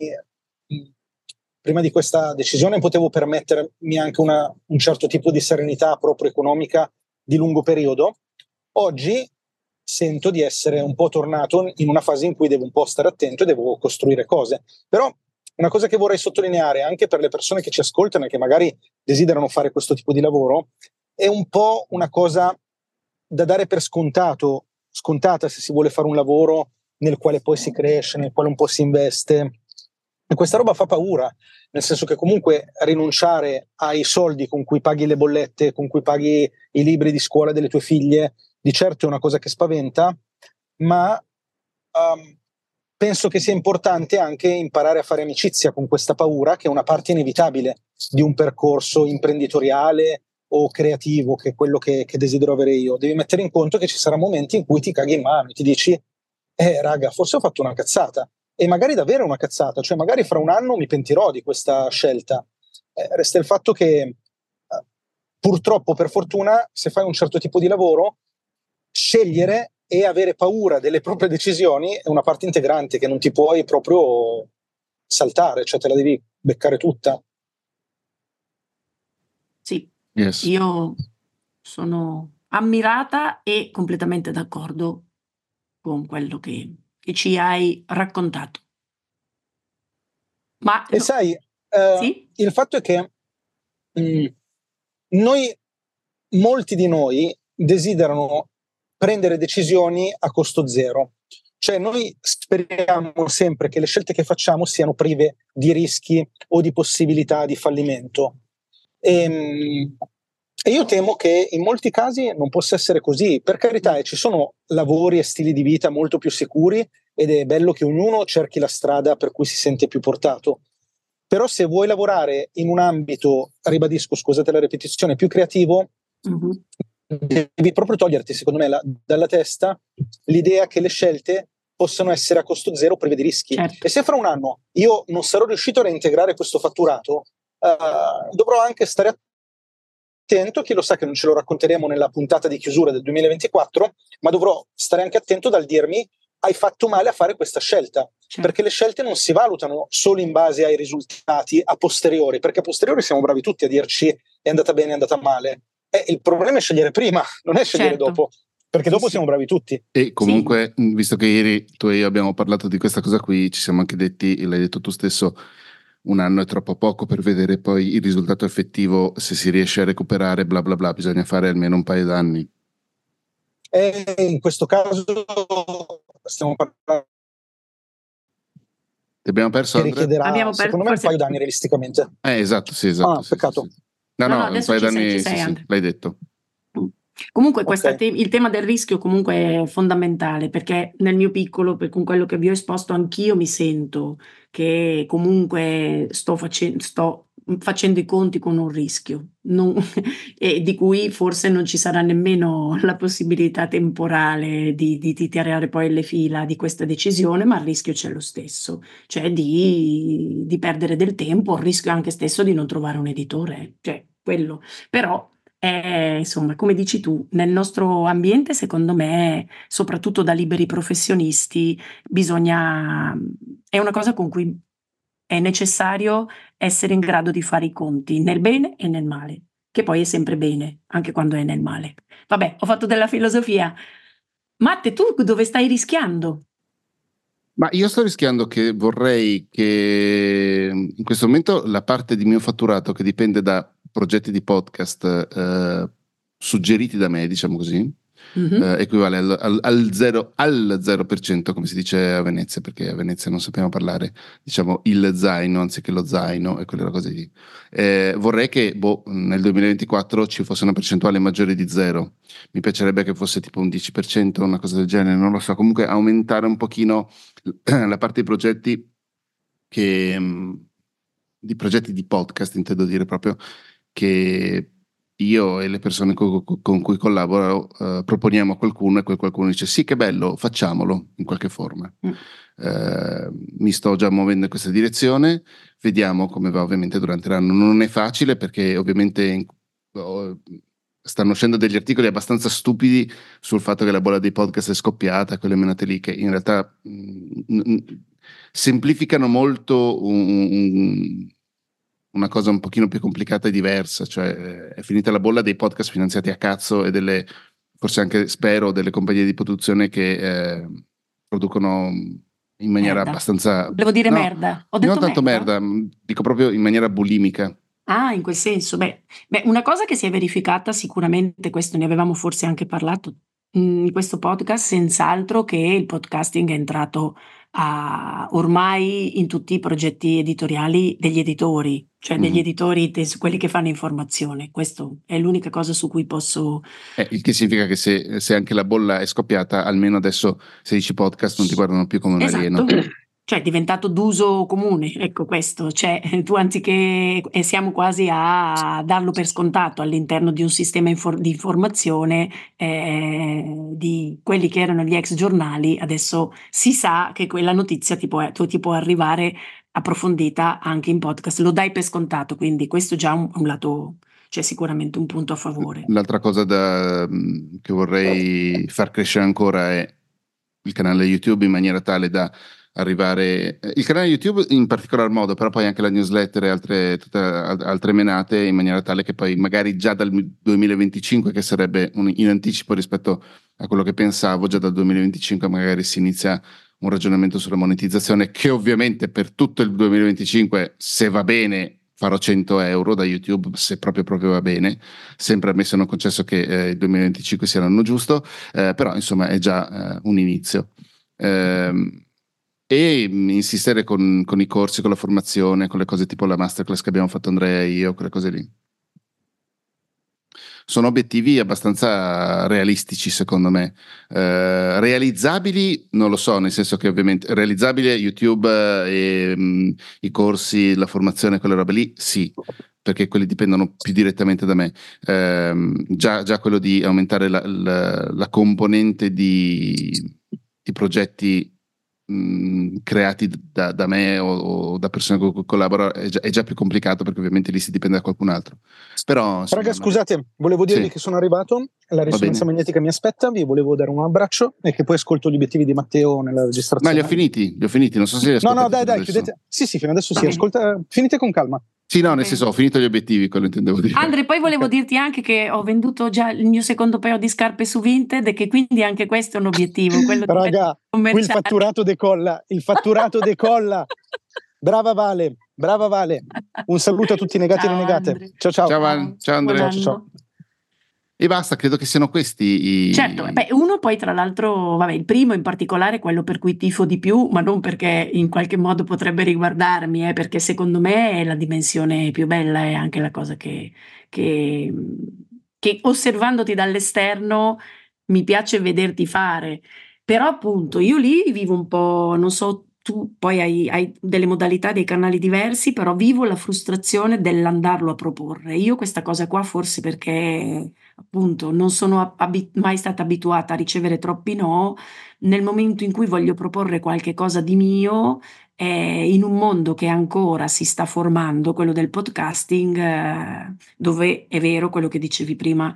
di questa decisione potevo permettermi anche un certo tipo di serenità proprio economica di lungo periodo. Oggi sento di essere un po' tornato in una fase in cui devo un po' stare attento e devo costruire cose. Però una cosa che vorrei sottolineare anche per le persone che ci ascoltano e che magari desiderano fare questo tipo di lavoro, è un po' una cosa da dare per scontata se si vuole fare un lavoro nel quale poi si cresce, nel quale un po' si investe. E questa roba fa paura, nel senso che comunque rinunciare ai soldi con cui paghi le bollette, con cui paghi i libri di scuola delle tue figlie, di certo è una cosa che spaventa, ma penso che sia importante anche imparare a fare amicizia con questa paura, che è una parte inevitabile di un percorso imprenditoriale o creativo, che è quello che desidero avere io. Devi mettere in conto che ci saranno momenti in cui ti caghi in mano e ti dici raga, forse ho fatto una cazzata, e magari davvero una cazzata, cioè magari fra un anno mi pentirò di questa scelta. Resta il fatto che purtroppo, per fortuna, se fai un certo tipo di lavoro, scegliere e avere paura delle proprie decisioni è una parte integrante che non ti puoi proprio saltare, cioè te la devi beccare tutta. Sì, yes. Io sono ammirata e completamente d'accordo con quello che ci hai raccontato. Ma e sai, sì? Il fatto è che molti di noi desiderano prendere decisioni a costo zero. Cioè noi speriamo sempre che le scelte che facciamo siano prive di rischi o di possibilità di fallimento. E io temo che in molti casi non possa essere così. Per carità, ci sono lavori e stili di vita molto più sicuri ed è bello che ognuno cerchi la strada per cui si sente più portato. Però se vuoi lavorare in un ambito, ribadisco, scusate la ripetizione, più creativo, devi proprio toglierti, secondo me, dalla testa l'idea che le scelte possano essere a costo zero prive di rischi. Certo. E se fra un anno io non sarò riuscito a reintegrare questo fatturato, dovrò anche stare attento, chi lo sa che non ce lo racconteremo nella puntata di chiusura del 2024, ma dovrò stare anche attento dal dirmi hai fatto male a fare questa scelta, perché le scelte non si valutano solo in base ai risultati a posteriori, perché a posteriori siamo bravi tutti a dirci è andata bene, è andata male. Il problema è scegliere prima, non è scegliere dopo, perché dopo siamo bravi tutti. E comunque, visto che ieri tu e io abbiamo parlato di questa cosa qui, ci siamo anche detti, l'hai detto tu stesso, un anno è troppo poco per vedere poi il risultato effettivo, se si riesce a recuperare, bla bla bla, bisogna fare almeno un paio d'anni. E in questo caso stiamo parlando. Ti abbiamo perso? Che richiederà, secondo me, un paio d'anni realisticamente. Esatto, sì, esatto. Peccato. Sì. No, un paio d'anni, sei, l'hai detto. Comunque il tema del rischio comunque è fondamentale, perché nel mio piccolo, con quello che vi ho esposto, anch'io mi sento che comunque sto facendo i conti con un rischio e di cui forse non ci sarà nemmeno la possibilità temporale di tirare poi le fila di questa decisione, ma il rischio c'è lo stesso, cioè di perdere del tempo, il rischio anche stesso di non trovare un editore, cioè quello. Però insomma, come dici tu, nel nostro ambiente, secondo me, soprattutto da liberi professionisti, è una cosa con cui è necessario essere in grado di fare i conti nel bene e nel male, che poi è sempre bene, anche quando è nel male. Vabbè, ho fatto della filosofia. Matte, tu dove stai rischiando? Ma io sto rischiando che vorrei che in questo momento la parte di mio fatturato che dipende da progetti di podcast suggeriti da me, diciamo così, equivale al 0%, come si dice a Venezia, perché a Venezia non sappiamo parlare, diciamo il zaino anziché lo zaino e quelle cose lì. Vorrei che nel 2024 ci fosse una percentuale maggiore di 0. Mi piacerebbe che fosse tipo un 10%, una cosa del genere, non lo so, comunque aumentare un pochino la parte di progetti di progetti di podcast, intendo dire proprio, che io e le persone con cui collaboro proponiamo a qualcuno e quel qualcuno dice sì, che bello, facciamolo in qualche forma. Mi sto già muovendo in questa direzione, vediamo come va ovviamente durante l'anno. Non è facile perché ovviamente stanno uscendo degli articoli abbastanza stupidi sul fatto che la bolla dei podcast è scoppiata, quelle menate lì, che in realtà semplificano molto una cosa un pochino più complicata e diversa, cioè è finita la bolla dei podcast finanziati a cazzo e forse anche spero, delle compagnie di produzione che producono in maniera abbastanza... Volevo dire merda. Ho detto non tanto merda, dico proprio in maniera bulimica. Ah, in quel senso. Beh, una cosa che si è verificata sicuramente, questo ne avevamo forse anche parlato in questo podcast, senz'altro che il podcasting è entrato ormai in tutti i progetti editoriali degli editori, cioè degli editori, quelli che fanno informazione. Questo è l'unica cosa su cui posso... Il che significa che se anche la bolla è scoppiata, almeno adesso se dici podcast non ti guardano più come un alieno. Cioè è diventato d'uso comune, ecco questo, cioè tu anziché, e siamo quasi a darlo per scontato all'interno di un sistema di informazione di quelli che erano gli ex giornali, adesso si sa che quella notizia ti può arrivare approfondita anche in podcast, lo dai per scontato, quindi questo è già un lato, c'è sicuramente un punto a favore. L'altra cosa che vorrei far crescere ancora è il canale YouTube in maniera tale da arrivare, il canale YouTube in particolar modo, però poi anche la newsletter e tutte altre menate, in maniera tale che poi magari già dal 2025, che sarebbe in anticipo rispetto a quello che pensavo, già dal 2025 magari si inizia un ragionamento sulla monetizzazione, che ovviamente per tutto il 2025, se va bene, farò 100 euro da YouTube, se proprio va bene, sempre ammesso e non concesso che il 2025 sia l'anno giusto, però insomma è già un inizio. E insistere con i corsi, con la formazione, con le cose tipo la masterclass che abbiamo fatto Andrea e io, quelle cose lì. sono obiettivi abbastanza realistici, secondo me. Realizzabili, non lo so, nel senso che ovviamente realizzabile YouTube i corsi, la formazione, quelle robe lì, sì, perché quelli dipendono più direttamente da me. Già quello di aumentare la componente di progetti creati da me o da persone con cui collaboro è già più complicato, perché ovviamente lì si dipende da qualcun altro. Però insomma, Raga, scusate, volevo dirvi sì, che sono arrivato, la risonanza bene. magnetica mi aspetta, vi volevo dare un abbraccio e che poi ascolto gli obiettivi di Matteo nella Ma registrazione. li ho finiti, non so se li No, ascoltati dai, fino adesso. chiudete. Sì, fino adesso Va sì, bene. ascolta, finite con calma. Sì, no, Va nel bene. senso, ho finito gli obiettivi, quello intendevo dire. Andre, poi volevo dirti anche che ho venduto già il mio secondo paio di scarpe su Vinted, e che quindi anche questo è un obiettivo, quello di Raga, qui il commerciare. fatturato decolla. Brava Vale. Un saluto a tutti i negati e Ciao, le negate. Andre. Ciao. Ciao, ciao Andrea. Ciao. E basta, credo che siano questi Certo, uno poi tra l'altro, vabbè, il primo in particolare è quello per cui tifo di più, ma non perché in qualche modo potrebbe riguardarmi, perché secondo me è la dimensione più bella, è anche la cosa che osservandoti dall'esterno mi piace vederti fare. Però appunto io lì vivo un po', non so, tu poi hai delle modalità, dei canali diversi, però vivo la frustrazione dell'andarlo a proporre. Io questa cosa qua forse perché appunto non sono mai stata abituata a ricevere troppi no, nel momento in cui voglio proporre qualche cosa di mio, in un mondo che ancora si sta formando, quello del podcasting, dove è vero quello che dicevi prima,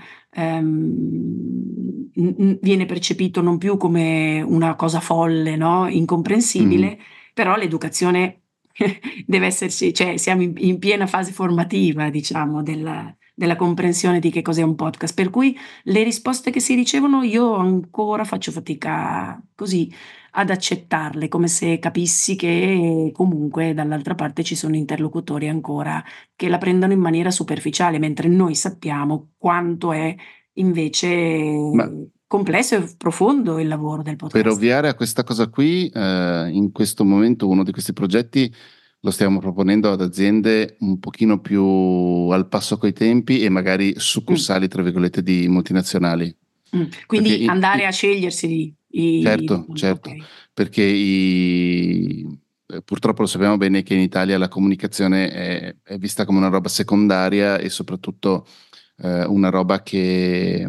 viene percepito non più come una cosa folle, no? Incomprensibile, però l'educazione deve esserci, cioè siamo in piena fase formativa, diciamo, della comprensione di che cos'è un podcast, per cui le risposte che si ricevono io ancora faccio fatica così ad accettarle, come se capissi che comunque dall'altra parte ci sono interlocutori ancora che la prendono in maniera superficiale, mentre noi sappiamo quanto è invece Ma complesso e profondo il lavoro del per podcast. ovviare a questa cosa qui, in questo momento uno di questi progetti lo stiamo proponendo ad aziende un pochino più al passo coi tempi e magari succursali, tra virgolette, di multinazionali. Perché Quindi andare a scegliersi certo, ok. perché purtroppo lo sappiamo bene che in Italia la comunicazione è vista come una roba secondaria e soprattutto una roba che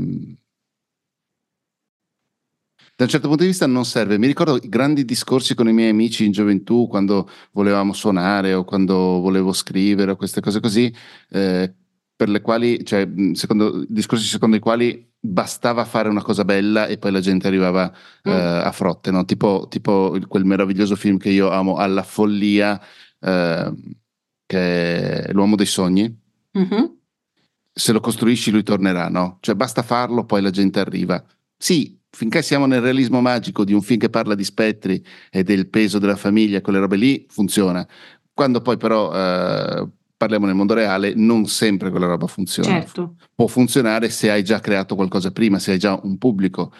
da un certo punto di vista non serve. Mi ricordo i grandi discorsi con i miei amici in gioventù, quando volevamo suonare o quando volevo scrivere o queste cose così, per le quali, cioè, discorsi secondo i quali bastava fare una cosa bella e poi la gente arrivava a frotte, no? Tipo quel meraviglioso film che io amo alla follia, che è L'uomo dei sogni. Mm-hmm. Se lo costruisci lui tornerà, no? Cioè basta farlo, poi la gente arriva. Sì, finché siamo nel realismo magico di un film che parla di spettri e del peso della famiglia, quelle robe lì, funziona. Quando poi però parliamo nel mondo reale, non sempre quella roba funziona. Certo. Può funzionare se hai già creato qualcosa prima, se hai già un pubblico.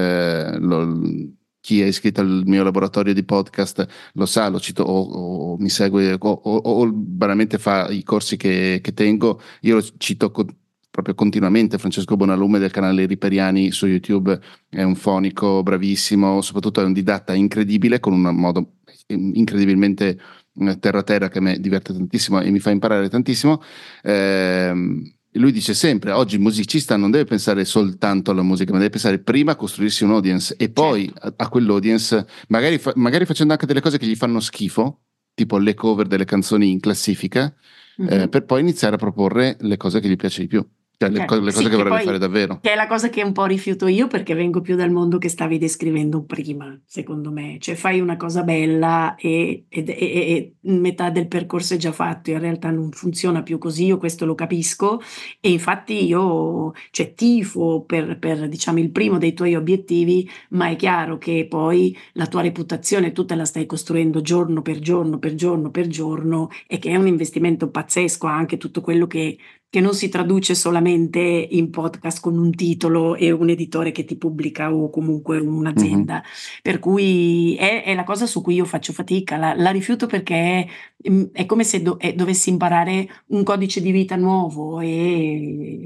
Chi è iscritto al mio laboratorio di podcast lo sa, lo cito o mi segue o veramente fa i corsi che tengo. Io lo cito proprio continuamente. Francesco Bonalume del canale Riperiani su YouTube è un fonico bravissimo, soprattutto è un didatta incredibile con un modo incredibilmente terra che a me diverte tantissimo e mi fa imparare tantissimo. Lui dice sempre: oggi il musicista non deve pensare soltanto alla musica, ma deve pensare prima a costruirsi un audience e poi a quell'audience, magari facendo anche delle cose che gli fanno schifo, tipo le cover delle canzoni in classifica, per poi iniziare a proporre le cose che gli piace di più. Cioè le cose Sì, che vorrebbe fare davvero. Che è la cosa che un po' rifiuto io, perché vengo più dal mondo che stavi descrivendo prima, secondo me. Cioè fai una cosa bella e metà del percorso è già fatto, in realtà non funziona più così, io questo lo capisco e infatti io, cioè, tifo per diciamo il primo dei tuoi obiettivi, ma è chiaro che poi la tua reputazione tu te la stai costruendo giorno per giorno e che è un investimento pazzesco anche tutto quello che non si traduce solamente in podcast con un titolo e un editore che ti pubblica o comunque un'azienda. Mm-hmm. Per cui è la cosa su cui io faccio fatica, la rifiuto perché è come se dovessi imparare un codice di vita nuovo e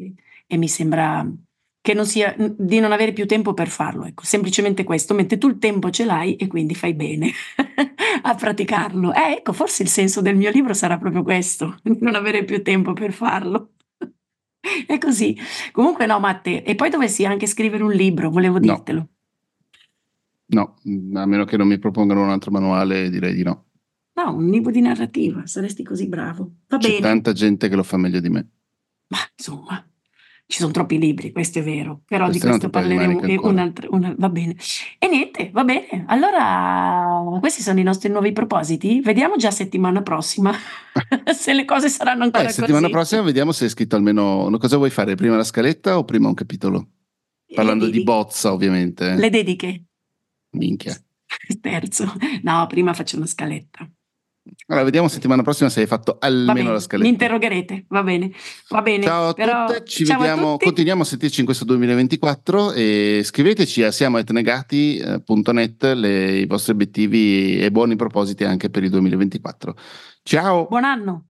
e mi sembra che non sia di non avere più tempo per farlo, ecco, semplicemente questo, mentre tu il tempo ce l'hai e quindi fai bene a praticarlo. Ecco, forse il senso del mio libro sarà proprio questo, di non avere più tempo per farlo. È così. Comunque no, Matte, e poi dovessi anche scrivere un libro, volevo No. dirtelo. No, a meno che non mi propongano un altro manuale, direi di no. No, un libro di narrativa, saresti così bravo. Va C'è bene. tanta gente che lo fa meglio di me. Ma insomma, ci sono troppi libri, questo è vero, però di Queste non questo ti puoi di parleremo maniche ancora. va bene. E niente, va bene. Allora, questi sono i nostri nuovi propositi. Vediamo già settimana prossima se le cose saranno ancora Settimana così. prossima vediamo se hai scritto almeno. Cosa vuoi fare? Prima la scaletta o prima un capitolo? Parlando di bozza, ovviamente. Le dediche. Minchia. Terzo. No, prima faccio una scaletta. Allora, vediamo settimana prossima se hai fatto almeno la scaletta. Mi interrogherete, va bene. Va bene. Ciao a tutte, ci vediamo, continuiamo a sentirci in questo 2024 e scriveteci a siamo@negati.net i vostri obiettivi e buoni propositi anche per il 2024. Ciao! Buon anno!